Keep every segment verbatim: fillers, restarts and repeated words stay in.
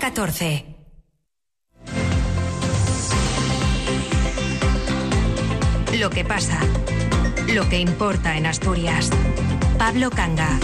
catorce. Lo que pasa, lo que importa en Asturias. Pablo Canga.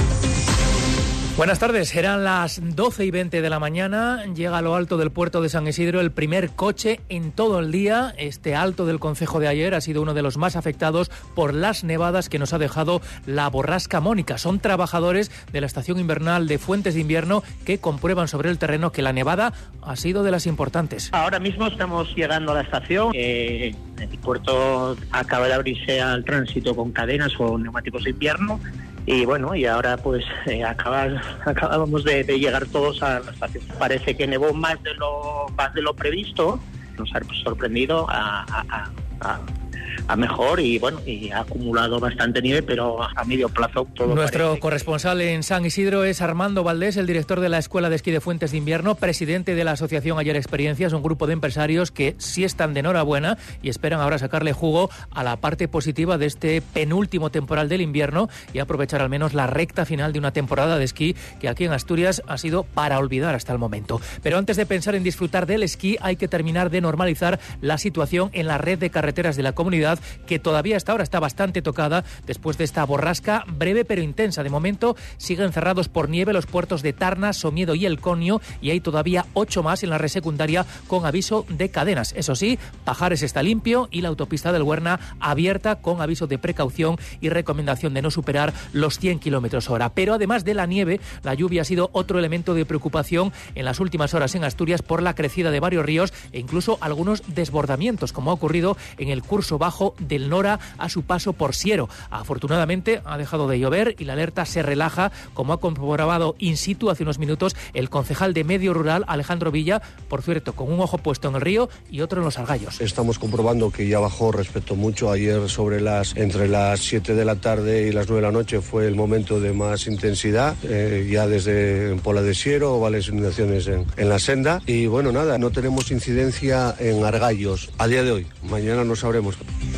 Buenas tardes, eran las doce y veinte de la mañana, llega a lo alto del puerto de San Isidro el primer coche en todo el día. Este alto del concejo de ayer ha sido uno de los más afectados por las nevadas que nos ha dejado la borrasca Mónica. Son trabajadores de la estación invernal de Fuentes de Invierno que comprueban sobre el terreno que la nevada ha sido de las importantes. Ahora mismo estamos llegando a la estación, eh, el puerto acaba de abrirse al tránsito con cadenas o neumáticos de invierno. Y bueno, y ahora pues eh, acabas, acabamos de, de llegar todos a la estación. Parece que nevó más de lo más de lo previsto. Nos ha sorprendido a, a, a, a mejor y bueno, y ha acumulado bastante nieve, pero a medio plazo todo. Nuestro corresponsal que... en San Isidro es Armando Valdés, el director de la Escuela de Esquí de Fuentes de Invierno, presidente de la asociación Ayer Experiencias, un grupo de empresarios que sí están de enhorabuena y esperan ahora sacarle jugo a la parte positiva de este penúltimo temporal del invierno y aprovechar al menos la recta final de una temporada de esquí que aquí en Asturias ha sido para olvidar hasta el momento. Pero antes de pensar en disfrutar del esquí hay que terminar de normalizar la situación en la red de carreteras de la comunidad, que todavía hasta ahora está bastante tocada después de esta borrasca breve pero intensa. De momento siguen cerrados por nieve los puertos de Tarna, Somiedo y El Conio, y hay todavía ocho más en la red secundaria con aviso de cadenas. Eso sí, Pajares está limpio y la autopista del Huerna abierta con aviso de precaución y recomendación de no superar los cien kilómetros hora. Pero además de la nieve, la lluvia ha sido otro elemento de preocupación en las últimas horas en Asturias por la crecida de varios ríos e incluso algunos desbordamientos, como ha ocurrido en el curso bajo del Nora a su paso por Siero. Afortunadamente ha dejado de llover y la alerta se relaja, como ha comprobado in situ hace unos minutos el concejal de Medio Rural, Alejandro Villa, por cierto, con un ojo puesto en el río y otro en los Argallos. Estamos comprobando que ya bajó respecto mucho. Ayer sobre las entre las siete de la tarde y las nueve de la noche fue el momento de más intensidad, eh, ya desde Pola de Siero, varias inundaciones en, en la senda. Y bueno, nada, no tenemos incidencia en Argallos a día de hoy. Mañana no sabremos.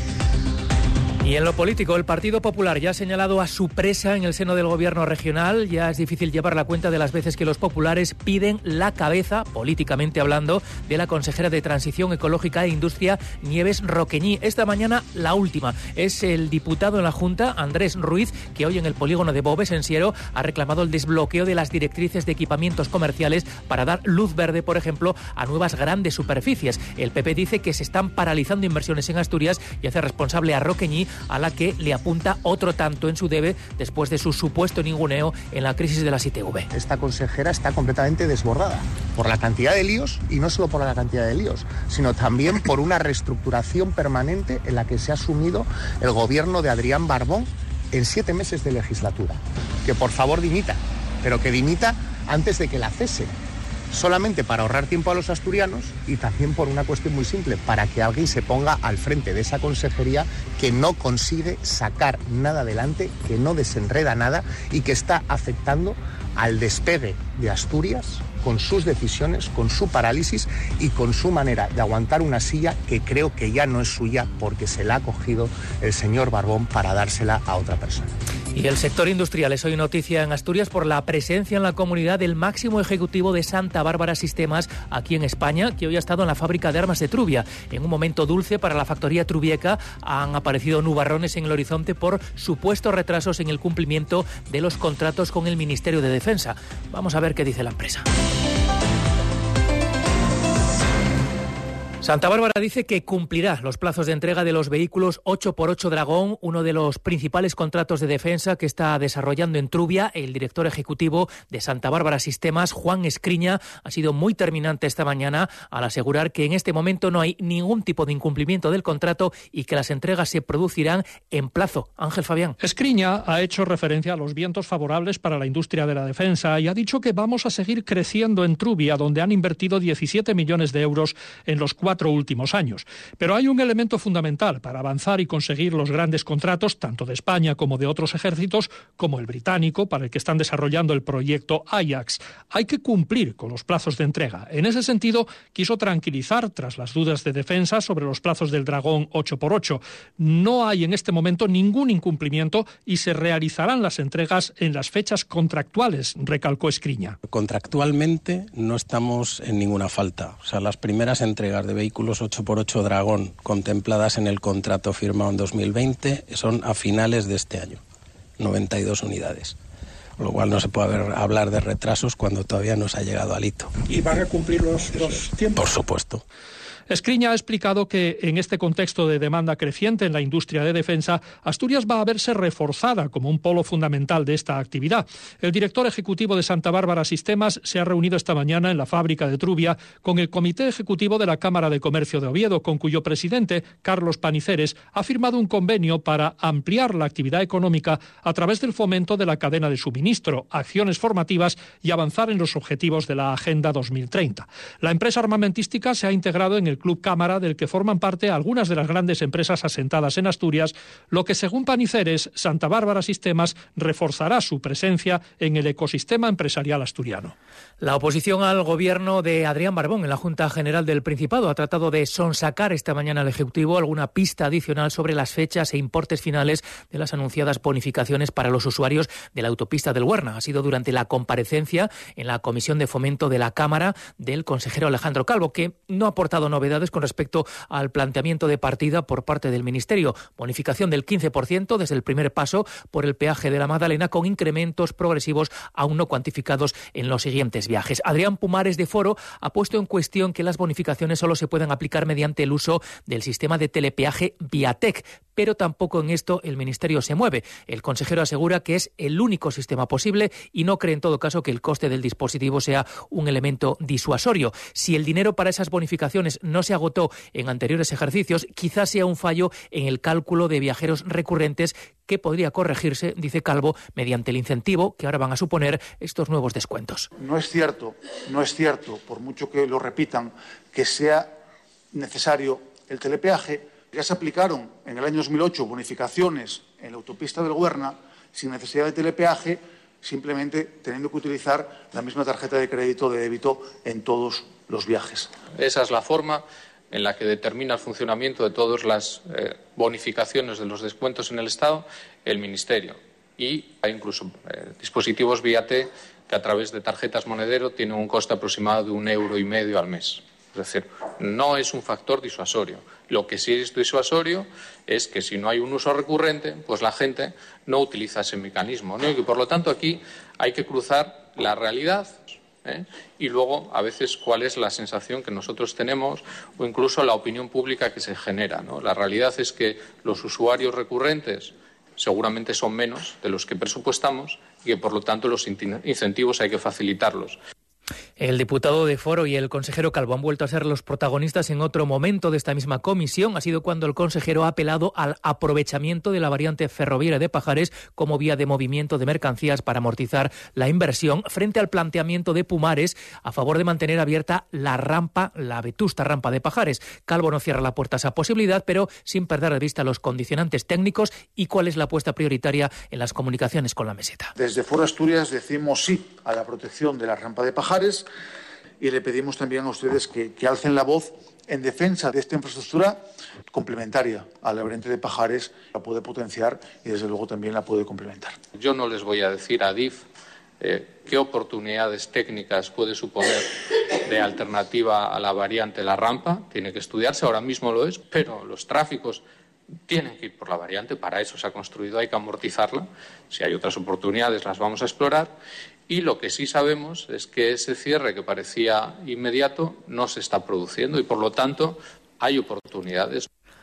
Y en lo político, el Partido Popular ya ha señalado a su presa en el seno del gobierno regional. Ya es difícil llevar la cuenta de las veces que los populares piden la cabeza, políticamente hablando, de la consejera de Transición Ecológica e Industria, Nieves Roqueñí. Esta mañana, la última, es el diputado en la Junta, Andrés Ruiz, que hoy en el polígono de Bobes, en Siero, ha reclamado el desbloqueo de las directrices de equipamientos comerciales para dar luz verde, por ejemplo, a nuevas grandes superficies. El P P dice que se están paralizando inversiones en Asturias y hace responsable a Roqueñí, a la que le apunta otro tanto en su debe después de su supuesto ninguneo en la crisis de las I T V. Esta consejera está completamente desbordada por la cantidad de líos, y no solo por la cantidad de líos, sino también por una reestructuración permanente en la que se ha sumido el gobierno de Adrián Barbón en siete meses de legislatura. Que por favor dimita, pero que dimita antes de que la cese. Solamente para ahorrar tiempo a los asturianos y también por una cuestión muy simple, para que alguien se ponga al frente de esa consejería que no consigue sacar nada adelante, que no desenreda nada y que está afectando al despegue de Asturias con sus decisiones, con su parálisis y con su manera de aguantar una silla que creo que ya no es suya porque se la ha cogido el señor Barbón para dársela a otra persona. Y el sector industrial es hoy noticia en Asturias por la presencia en la comunidad del máximo ejecutivo de Santa Bárbara Sistemas aquí en España, que hoy ha estado en la fábrica de armas de Trubia. En un momento dulce para la factoría trubieca han aparecido nubarrones en el horizonte por supuestos retrasos en el cumplimiento de los contratos con el Ministerio de Defensa. Vamos a ver qué dice la empresa. Santa Bárbara dice que cumplirá los plazos de entrega de los vehículos ocho por ocho Dragón, uno de los principales contratos de defensa que está desarrollando en Trubia. El director ejecutivo de Santa Bárbara Sistemas, Juan Escriña, ha sido muy terminante esta mañana al asegurar que en este momento no hay ningún tipo de incumplimiento del contrato y que las entregas se producirán en plazo. Ángel Fabián. Escriña ha hecho referencia a los vientos favorables para la industria de la defensa y ha dicho que vamos a seguir creciendo en Trubia, donde han invertido diecisiete millones de euros en los cuatro cuatro últimos años. Pero hay un elemento fundamental para avanzar y conseguir los grandes contratos, tanto de España como de otros ejércitos, como el británico, para el que están desarrollando el proyecto Ajax. Hay que cumplir con los plazos de entrega. En ese sentido, quiso tranquilizar, tras las dudas de defensa, sobre los plazos del Dragón ocho por ocho. No hay en este momento ningún incumplimiento y se realizarán las entregas en las fechas contractuales, recalcó Escriña. Contractualmente no estamos en ninguna falta. O sea, las primeras entregas de vehículos ocho por ocho Dragón contempladas en el contrato firmado en dos mil veinte son a finales de este año, noventa y dos unidades. Con lo cual no se puede haber, hablar de retrasos cuando todavía no se ha llegado al hito. ¿Y van a cumplir los, los tiempos? Por supuesto. Escriña ha explicado que en este contexto de demanda creciente en la industria de defensa, Asturias va a verse reforzada como un polo fundamental de esta actividad. El director ejecutivo de Santa Bárbara Sistemas se ha reunido esta mañana en la fábrica de Trubia con el Comité Ejecutivo de la Cámara de Comercio de Oviedo, con cuyo presidente, Carlos Paniceres, ha firmado un convenio para ampliar la actividad económica a través del fomento de la cadena de suministro, acciones formativas y avanzar en los objetivos de la Agenda dos mil treinta. La empresa armamentística se ha integrado en el Club Cámara, del que forman parte algunas de las grandes empresas asentadas en Asturias, lo que, según Paniceres, Santa Bárbara Sistemas reforzará su presencia en el ecosistema empresarial asturiano. La oposición al gobierno de Adrián Barbón en la Junta General del Principado ha tratado de sonsacar esta mañana al Ejecutivo alguna pista adicional sobre las fechas e importes finales de las anunciadas bonificaciones para los usuarios de la autopista del Huerna. Ha sido durante la comparecencia en la Comisión de Fomento de la Cámara del consejero Alejandro Calvo, que no ha aportado novedades con respecto al planteamiento de partida por parte del Ministerio. Bonificación del quince por ciento desde el primer paso por el peaje de la Magdalena, con incrementos progresivos aún no cuantificados en los siguientes viajes. Adrián Pumares de Foro ha puesto en cuestión que las bonificaciones solo se puedan aplicar mediante el uso del sistema de telepeaje Viatec, pero tampoco en esto el Ministerio se mueve. El consejero asegura que es el único sistema posible y no cree en todo caso que el coste del dispositivo sea un elemento disuasorio. Si el dinero para esas bonificaciones no se agotó en anteriores ejercicios, quizás sea un fallo en el cálculo de viajeros recurrentes que podría corregirse, dice Calvo, mediante el incentivo que ahora van a suponer estos nuevos descuentos. No es cierto, no es cierto, por mucho que lo repitan, que sea necesario el telepeaje. Ya se aplicaron en el año dos mil ocho bonificaciones en la autopista del Huerna sin necesidad de telepeaje, simplemente teniendo que utilizar la misma tarjeta de crédito de débito en todos los viajes. Esa es la forma en la que determina el funcionamiento de todas las eh, bonificaciones de los descuentos en el Estado el Ministerio. Y hay incluso eh, dispositivos Viatec que a través de tarjetas monedero tienen un coste aproximado de un euro y medio al mes. Es decir, no es un factor disuasorio. Lo que sí es disuasorio es que si no hay un uso recurrente, pues la gente no utiliza ese mecanismo, ¿no? Y que por lo tanto aquí hay que cruzar la realidad, ¿eh? Y luego a veces cuál es la sensación que nosotros tenemos o incluso la opinión pública que se genera, ¿no? La realidad es que los usuarios recurrentes seguramente son menos de los que presupuestamos y que por lo tanto los incentivos hay que facilitarlos. El diputado de Foro y el consejero Calvo han vuelto a ser los protagonistas en otro momento de esta misma comisión. Ha sido cuando el consejero ha apelado al aprovechamiento de la variante ferroviaria de Pajares como vía de movimiento de mercancías para amortizar la inversión, frente al planteamiento de Pumares a favor de mantener abierta la rampa, la vetusta rampa de Pajares. Calvo no cierra la puerta a esa posibilidad, pero sin perder de vista los condicionantes técnicos y cuál es la apuesta prioritaria en las comunicaciones con la meseta. Desde Foro Asturias decimos sí a la protección de la rampa de Pajares, y le pedimos también a ustedes que, que alcen la voz en defensa de esta infraestructura complementaria a la variante de Pajares. La puede potenciar y desde luego también la puede complementar. Yo no les voy a decir a Adif eh, qué oportunidades técnicas puede suponer de alternativa a la variante la rampa. Tiene que estudiarse, ahora mismo lo es, pero los tráficos tienen que ir por la variante, para eso se ha construido, hay que amortizarla. Si hay otras oportunidades las vamos a explorar. Y lo que sí sabemos es que ese cierre que parecía inmediato no se está produciendo y, por lo tanto, hay oportunidades.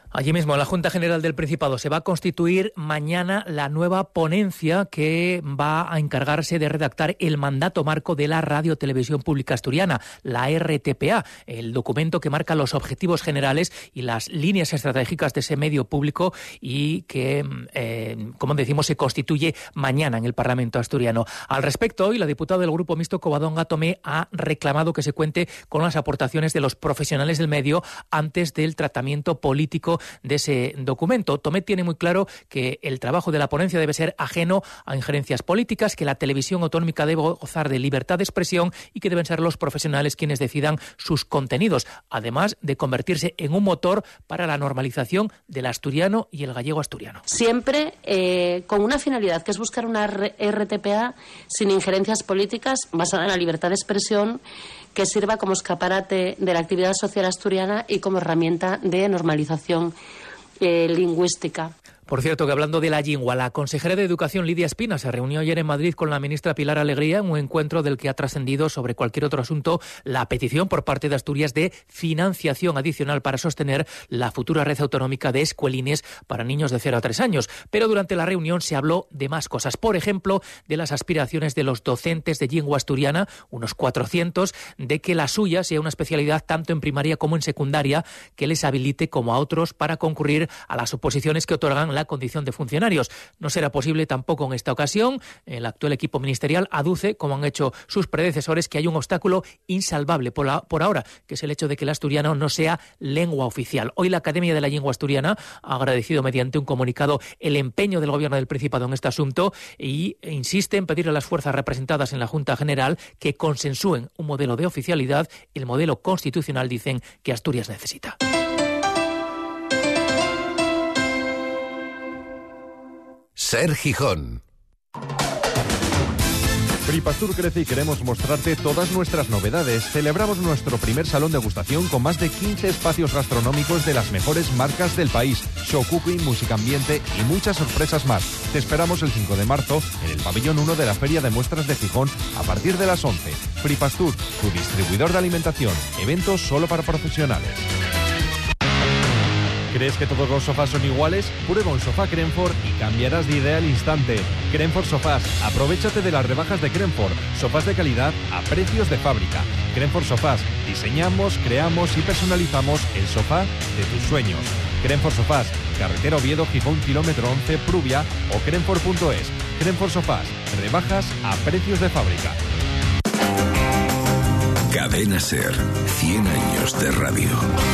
Allí mismo, en la Junta General del Principado, se va a constituir mañana la nueva ponencia que va a encargarse de redactar el mandato marco de la Radio Televisión Pública Asturiana, la R T P A, el documento que marca los objetivos generales y las líneas estratégicas de ese medio público y que, eh, como decimos, se constituye mañana en el Parlamento asturiano. Al respecto, hoy la diputada del Grupo Mixto Covadonga Tomé ha reclamado que se cuente con las aportaciones de los profesionales del medio antes del tratamiento político de ese documento. Tomé tiene muy claro que el trabajo de la ponencia debe ser ajeno a injerencias políticas, que la televisión autonómica debe gozar de libertad de expresión y que deben ser los profesionales quienes decidan sus contenidos, además de convertirse en un motor para la normalización del asturiano y el gallego asturiano. Siempre eh, con una finalidad, que es buscar una R T P A sin injerencias políticas, basada en la libertad de expresión, que sirva como escaparate de la actividad social asturiana y como herramienta de normalización eh, lingüística. Por cierto, que hablando de la lengua, la consejera de Educación, Lidia Espina, se reunió ayer en Madrid con la ministra Pilar Alegría en un encuentro del que ha trascendido sobre cualquier otro asunto la petición por parte de Asturias de financiación adicional para sostener la futura red autonómica de escuelines para niños de cero a tres años. Pero durante la reunión se habló de más cosas. Por ejemplo, de las aspiraciones de los docentes de lengua asturiana, unos cuatrocientos, de que la suya sea una especialidad tanto en primaria como en secundaria que les habilite como a otros para concurrir a las oposiciones que otorgan la condición de funcionarios. No será posible tampoco en esta ocasión. El actual equipo ministerial aduce, como han hecho sus predecesores, que hay un obstáculo insalvable por, la, por ahora, que es el hecho de que el asturiano no sea lengua oficial. Hoy la Academia de la Lengua Asturiana ha agradecido mediante un comunicado el empeño del Gobierno del Principado en este asunto y insiste en pedir a las fuerzas representadas en la Junta General que consensúen un modelo de oficialidad, el modelo constitucional, dicen, que Asturias necesita. Ser Gijón. Fripastur crece y queremos mostrarte todas nuestras novedades. Celebramos nuestro primer salón de degustación con más de quince espacios gastronómicos de las mejores marcas del país, show cooking, música ambiente y muchas sorpresas más. Te esperamos el cinco de marzo en el pabellón uno de la Feria de Muestras de Gijón a partir de las once. Fripastur, tu distribuidor de alimentación. Eventos solo para profesionales. ¿Crees que todos los sofás son iguales? Prueba un sofá Crenford y cambiarás de idea al instante. Crenford Sofás. Aprovéchate de las rebajas de Crenford. Sofás de calidad a precios de fábrica. Crenford Sofás. Diseñamos, creamos y personalizamos el sofá de tus sueños. Crenford Sofás. Carretera Oviedo, Gijón, kilómetro once, Prubia o crenford punto es. Crenford Sofás. Rebajas a precios de fábrica. Cadena Ser. cien años de radio.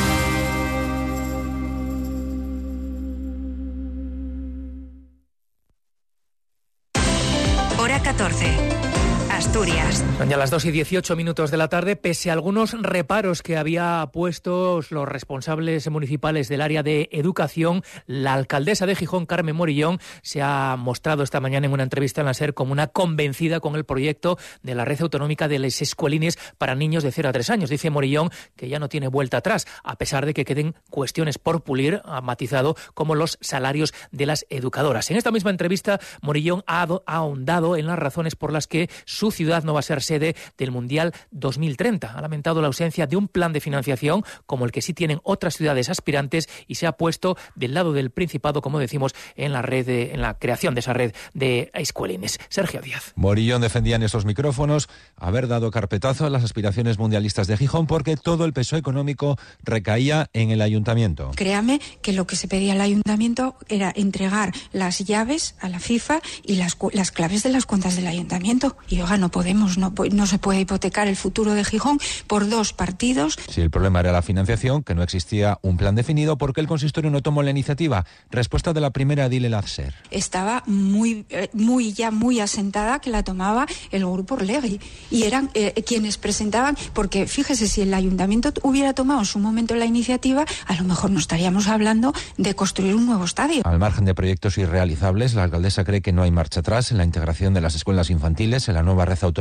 catorce. Asturias. Son ya las dos y dieciocho minutos de la tarde. Pese a algunos reparos que había puesto los responsables municipales del área de educación, la alcaldesa de Gijón, Carmen Morillón, se ha mostrado esta mañana en una entrevista en la SER como una convencida con el proyecto de la red autonómica de les escuelines para niños de cero a tres años. Dice Morillón que ya no tiene vuelta atrás, a pesar de que queden cuestiones por pulir, ha matizado, como los salarios de las educadoras. En esta misma entrevista, Morillón ha ahondado en las razones por las que su ciudad no va a ser sede del Mundial dos mil treinta. Ha lamentado la ausencia de un plan de financiación como el que sí tienen otras ciudades aspirantes y se ha puesto del lado del Principado, como decimos, en la red de, en la creación de esa red de escuelines. Sergio Díaz. Morillón defendía en estos micrófonos haber dado carpetazo a las aspiraciones mundialistas de Gijón porque todo el peso económico recaía en el ayuntamiento. Créame que lo que se pedía al ayuntamiento era entregar las llaves a la FIFA y las, las claves de las cuentas del ayuntamiento. Y oiga, no podemos, no, no se puede hipotecar el futuro de Gijón por dos partidos. Si el problema era la financiación, que no existía un plan definido, ¿por qué el consistorio no tomó la iniciativa? Respuesta de la primera edil en la SER. Estaba muy, muy ya muy asentada que la tomaba el grupo Orlegui y eran eh, quienes presentaban, porque fíjese, si el ayuntamiento hubiera tomado en su momento la iniciativa, a lo mejor no estaríamos hablando de construir un nuevo estadio. Al margen de proyectos irrealizables, la alcaldesa cree que no hay marcha atrás en la integración de las escuelas infantiles en la nueva red autonómica de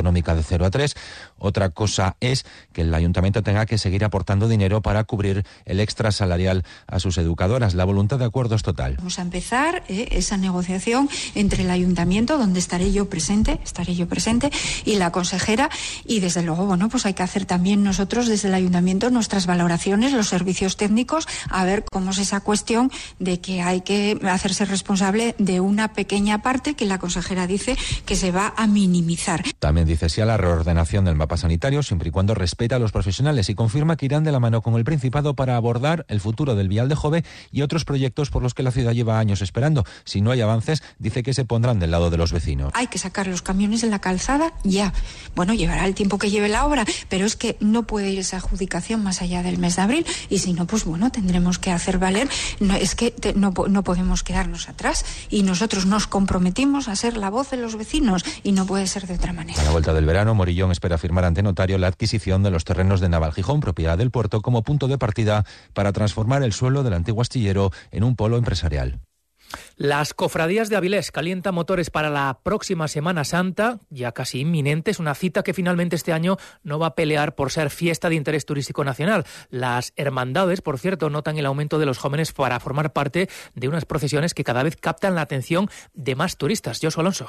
cero a tres. Otra cosa es que el ayuntamiento tenga que seguir aportando dinero para cubrir el extra salarial a sus educadoras. La voluntad de acuerdo es total. Vamos a empezar eh, esa negociación entre el ayuntamiento, donde estaré yo presente, estaré yo presente, y la consejera, y desde luego, bueno, pues hay que hacer también nosotros desde el ayuntamiento nuestras valoraciones, los servicios técnicos, a ver cómo es esa cuestión de que hay que hacerse responsable de una pequeña parte que la consejera dice que se va a minimizar. También dice sí a la reordenación del mapa sanitario, siempre y cuando respeta a los profesionales, y confirma que irán de la mano con el Principado para abordar el futuro del vial de Jove y otros proyectos por los que la ciudad lleva años esperando. Si no hay avances, dice que se pondrán del lado de los vecinos. Hay que sacar los camiones en la calzada ya. Bueno, llevará el tiempo que lleve la obra, pero es que no puede ir esa adjudicación más allá del mes de abril, y si no, pues bueno, tendremos que hacer valer. No, es que te, no, no podemos quedarnos atrás, y nosotros nos comprometimos a ser la voz de los vecinos, y no puede ser de otra manera. A la vuelta del verano, Morillón espera firmar ante notario la adquisición de los terrenos de Navalgijón, propiedad del puerto, como punto de partida para transformar el suelo del antiguo astillero en un polo empresarial. Las cofradías de Avilés calientan motores para la próxima Semana Santa, ya casi inminente. Es una cita que finalmente este año no va a pelear por ser fiesta de interés turístico nacional. Las hermandades, por cierto, notan el aumento de los jóvenes para formar parte de unas procesiones que cada vez captan la atención de más turistas. Josu Alonso.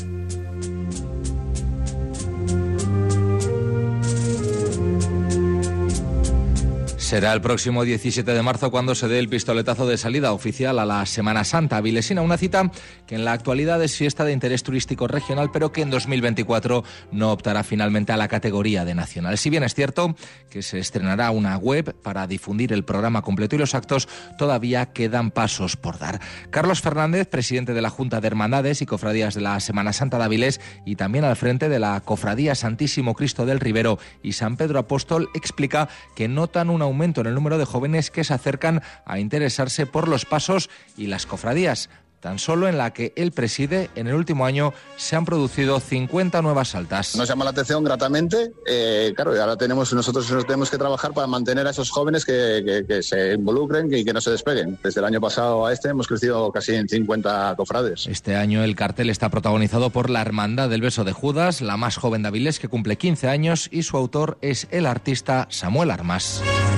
Será el próximo diecisiete de marzo cuando se dé el pistoletazo de salida oficial a la Semana Santa avilesina, una cita que en la actualidad es fiesta de interés turístico regional, pero que en dos mil veinticuatro no optará finalmente a la categoría de nacional. Si bien es cierto que se estrenará una web para difundir el programa completo y los actos, todavía quedan pasos por dar. Carlos Fernández, presidente de la Junta de Hermandades y Cofradías de la Semana Santa de Avilés y también al frente de la Cofradía Santísimo Cristo del Ribero y San Pedro Apóstol, explica que notan un aumento en el número de jóvenes que se acercan a interesarse por los pasos y las cofradías. Tan solo en la que él preside, en el último año se han producido cincuenta nuevas saltas. Nos llama la atención gratamente, eh, claro, y ahora tenemos, nosotros nos tenemos que trabajar para mantener a esos jóvenes que, que, que se involucren y que no se despeguen. Desde el año pasado a este hemos crecido casi en cincuenta cofrades. Este año el cartel está protagonizado por la Hermandad del Beso de Judas, la más joven de Avilés, que cumple quince años, y su autor es el artista Samuel Armas.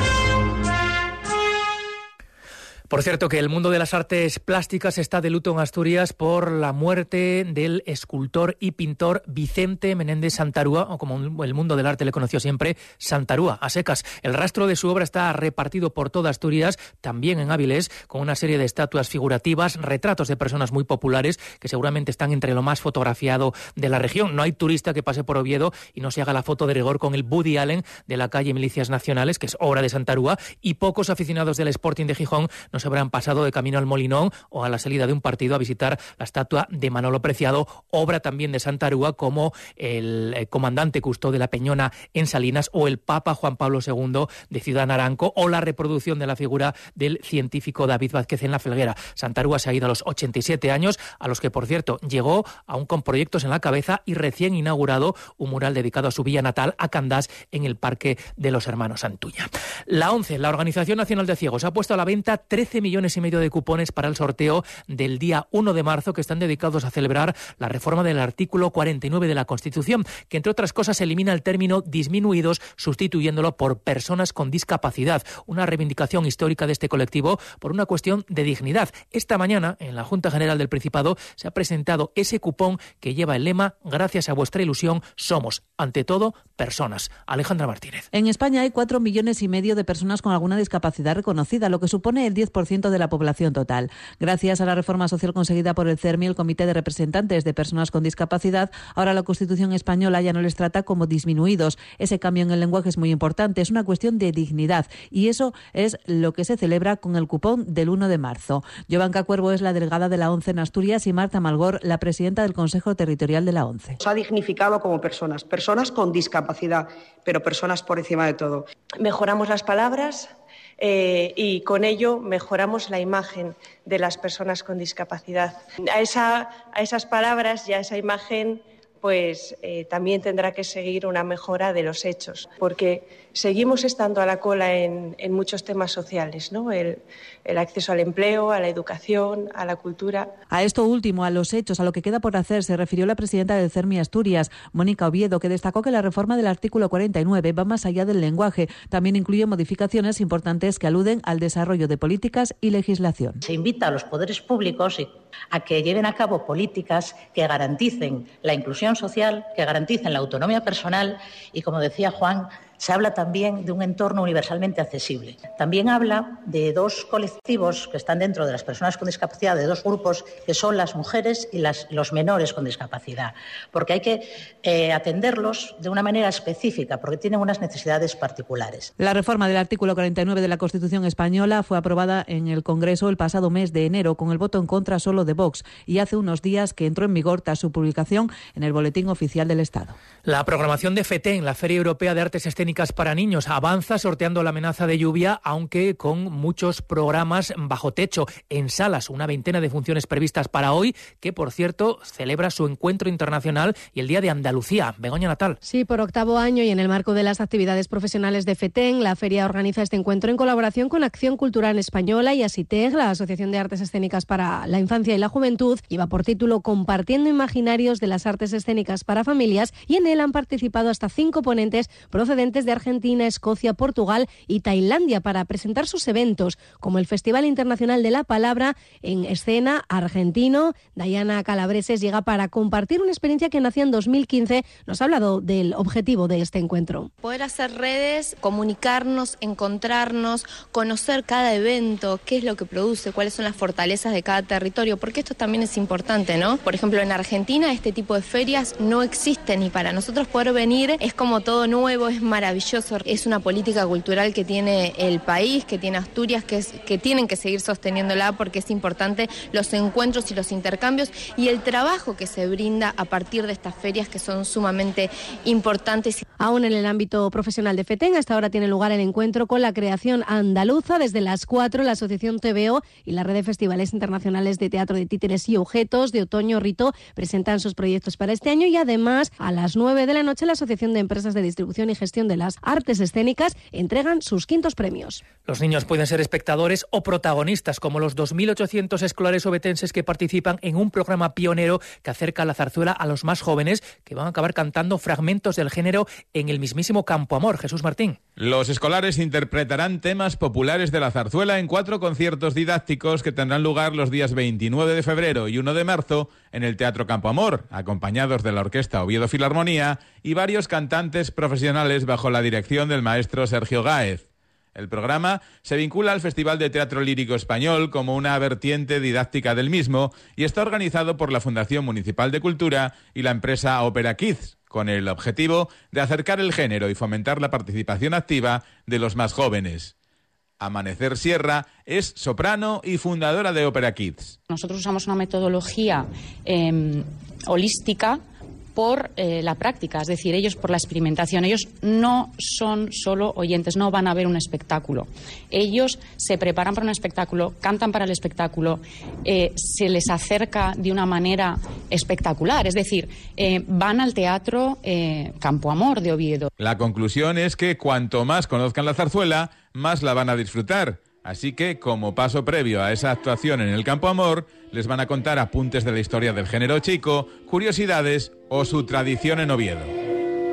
Por cierto, que el mundo de las artes plásticas está de luto en Asturias por la muerte del escultor y pintor Vicente Menéndez Santarúa, o como el mundo del arte le conoció siempre, Santarúa, a secas. El rastro de su obra está repartido por toda Asturias, también en Avilés, con una serie de estatuas figurativas, retratos de personas muy populares que seguramente están entre lo más fotografiado de la región. No hay turista que pase por Oviedo y no se haga la foto de rigor con el Woody Allen de la calle Milicias Nacionales, que es obra de Santarúa, y pocos aficionados del Sporting de Gijón no se habrán pasado de camino al Molinón o a la salida de un partido a visitar la estatua de Manolo Preciado, obra también de Santarúa, como el comandante Cousteau de la Peñona en Salinas o el Papa Juan Pablo segundo de Ciudad Naranco, o la reproducción de la figura del científico David Vázquez en La Felguera. Santarúa se ha ido a los ochenta y siete años, a los que, por cierto, llegó aún con proyectos en la cabeza y recién inaugurado un mural dedicado a su villa natal, a Candás, en el Parque de los Hermanos Santuña. La ONCE, la Organización Nacional de Ciegos, ha puesto a la venta trece millones y medio de cupones para el sorteo del día uno de marzo, que están dedicados a celebrar la reforma del artículo cuarenta y nueve de la Constitución, que entre otras cosas elimina el término disminuidos, sustituyéndolo por personas con discapacidad, una reivindicación histórica de este colectivo por una cuestión de dignidad. Esta mañana, en la Junta General del Principado, se ha presentado ese cupón que lleva el lema: gracias a vuestra ilusión somos, ante todo, personas. Alejandra Martínez. En España hay cuatro millones y medio de personas con alguna discapacidad reconocida, lo que supone el diez por ciento de la población total. Gracias a la reforma social conseguida por el CERMI, el Comité de Representantes de Personas con Discapacidad, ahora la Constitución española ya no les trata como disminuidos. Ese cambio en el lenguaje es muy importante, es una cuestión de dignidad, y eso es lo que se celebra con el cupón del uno de marzo. Yovanka Cuervo es la delegada de la ONCE en Asturias y Marta Malgor, la presidenta del Consejo Territorial de la ONCE. Nos ha dignificado como personas, personas con discapacidad, pero personas por encima de todo. Mejoramos las palabras eh, y con ello mejoramos la imagen de las personas con discapacidad. A, esa, a esas palabras y a esa imagen pues eh, también tendrá que seguir una mejora de los hechos, porque seguimos estando a la cola en, en muchos temas sociales, ¿no? El, el acceso al empleo, a la educación, a la cultura. A esto último, a los hechos, a lo que queda por hacer, se refirió la presidenta del CERMI Asturias, Mónica Oviedo, que destacó que la reforma del artículo cuarenta y nueve va más allá del lenguaje. También incluye modificaciones importantes que aluden al desarrollo de políticas y legislación. Se invita a los poderes públicos a que lleven a cabo políticas que garanticen la inclusión social, que garanticen la autonomía personal y, como decía Juan, se habla también de un entorno universalmente accesible. También habla de dos colectivos que están dentro de las personas con discapacidad, de dos grupos que son las mujeres y las, los menores con discapacidad, porque hay que eh, atenderlos de una manera específica, porque tienen unas necesidades particulares. La reforma del artículo cuarenta y nueve de la Constitución española fue aprobada en el Congreso el pasado mes de enero con el voto en contra solo de Vox y hace unos días que entró en vigor tras su publicación en el Boletín Oficial del Estado. La programación de FETEN, la Feria Europea de Artes Escénicas para niños, avanza sorteando la amenaza de lluvia, aunque con muchos programas bajo techo. En salas, una veintena de funciones previstas para hoy, que por cierto celebra su encuentro internacional y el Día de Andalucía. Begoña Natal. Sí, por octavo año y en el marco de las actividades profesionales de FETEN, la feria organiza este encuentro en colaboración con Acción Cultural Española y ASITEG, la Asociación de Artes Escénicas para la Infancia y la Juventud. Lleva por título Compartiendo Imaginarios de las Artes Escénicas para Familias y en él han participado hasta cinco ponentes procedentes de Argentina, Escocia, Portugal y Tailandia para presentar sus eventos, como el Festival Internacional de la Palabra en Escena argentino. Diana Calabreses llega para compartir una experiencia que nació en dos mil quince. Nos ha hablado del objetivo de este encuentro. Poder hacer redes, comunicarnos, encontrarnos, conocer cada evento, qué es lo que produce, cuáles son las fortalezas de cada territorio, porque esto también es importante, ¿no? Por ejemplo, en Argentina este tipo de ferias no existen y para nosotros poder venir es como todo nuevo, es maravilloso. Es una política cultural que tiene el país, que tiene Asturias, que, es, que tienen que seguir sosteniéndola porque es importante los encuentros y los intercambios y el trabajo que se brinda a partir de estas ferias que son sumamente importantes. Aún en el ámbito profesional de FETEN, hasta ahora tiene lugar el encuentro con la creación andaluza. Desde las cuatro, la Asociación T V O y la Red de Festivales Internacionales de Teatro de Títeres y Objetos de Otoño Rito presentan sus proyectos para este año y además a las nueve de la noche la Asociación de Empresas de Distribución y Gestión de las Artes Escénicas entregan sus quintos premios. Los niños pueden ser espectadores o protagonistas, como los dos mil ochocientos escolares obetenses que participan en un programa pionero que acerca la zarzuela a los más jóvenes, que van a acabar cantando fragmentos del género en el mismísimo Campo Amor. Jesús Martín. Los escolares interpretarán temas populares de la zarzuela en cuatro conciertos didácticos que tendrán lugar los días veintinueve de febrero y uno de marzo en el Teatro Campo Amor, acompañados de la Orquesta Oviedo Filarmonía y varios cantantes profesionales bajo la dirección del maestro Sergio Gáez. El programa se vincula al Festival de Teatro Lírico Español como una vertiente didáctica del mismo y está organizado por la Fundación Municipal de Cultura y la empresa Opera Kids, con el objetivo de acercar el género y fomentar la participación activa de los más jóvenes. Amanecer Sierra es soprano y fundadora de Opera Kids. Nosotros usamos una metodología eh, holística por eh, la práctica, es decir, ellos por la experimentación. Ellos no son solo oyentes, no van a ver un espectáculo. Ellos se preparan para un espectáculo, cantan para el espectáculo, eh, se les acerca de una manera espectacular, es decir, eh, van al teatro eh, Campo Amor de Oviedo. La conclusión es que cuanto más conozcan la zarzuela, más la van a disfrutar. Así que, como paso previo a esa actuación en el Campo Amor, les van a contar apuntes de la historia del género chico, curiosidades o su tradición en Oviedo.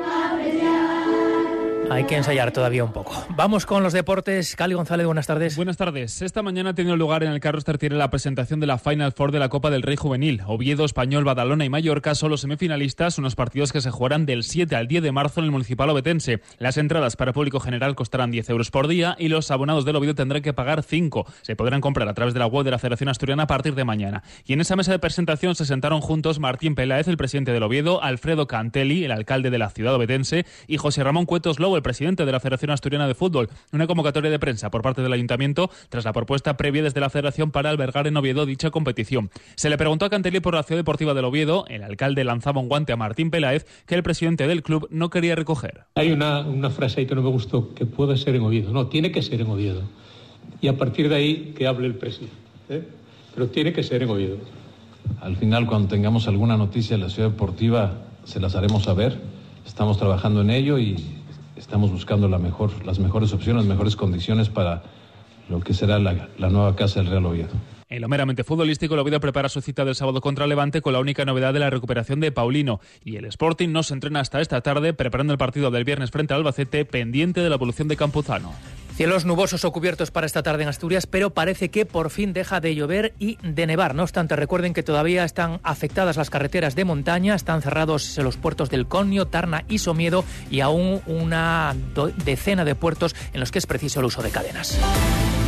Hay que ensayar todavía un poco. Vamos con los deportes. Cali González, buenas tardes. Buenas tardes. Esta mañana ha tenido lugar en el Carlos Tartiere la presentación de la Final Four de la Copa del Rey Juvenil. Oviedo, Español, Badalona y Mallorca son los semifinalistas, unos partidos que se jugarán del siete al diez de marzo en el Municipal Ovetense. Las entradas para público general costarán diez euros por día y los abonados del Oviedo tendrán que pagar cinco. Se podrán comprar a través de la web de la Federación Asturiana a partir de mañana. Y en esa mesa de presentación se sentaron juntos Martín Peláez, el presidente del Oviedo, Alfredo Cantelli, el alcalde de la ciudad ovetense, y José Ramón Cuetos Lobo, el presidente de la Federación Asturiana de Fútbol. Una convocatoria de prensa por parte del Ayuntamiento tras la propuesta previa desde la Federación para albergar en Oviedo dicha competición. Se le preguntó a Cantelli por la Ciudad Deportiva del Oviedo. El alcalde lanzaba un guante a Martín Peláez que el presidente del club no quería recoger. Hay una, una frase ahí que no me gustó, que puede ser en Oviedo. No, tiene que ser en Oviedo. Y a partir de ahí que hable el presidente. ¿eh? Pero tiene que ser en Oviedo. Al final, cuando tengamos alguna noticia de la Ciudad Deportiva, se las haremos saber. Estamos trabajando en ello y estamos buscando la mejor, las mejores opciones, las mejores condiciones para lo que será la, la nueva casa del Real Oviedo. En lo meramente futbolístico, el Oviedo prepara su cita del sábado contra Levante con la única novedad de la recuperación de Paulino. Y el Sporting no se entrena hasta esta tarde, preparando el partido del viernes frente al Albacete, pendiente de la evolución de Campuzano. Cielos nubosos o cubiertos para esta tarde en Asturias, pero parece que por fin deja de llover y de nevar. No obstante, recuerden que todavía están afectadas las carreteras de montaña, están cerrados los puertos del Conio, Tarna y Somiedo y aún una decena de puertos en los que es preciso el uso de cadenas.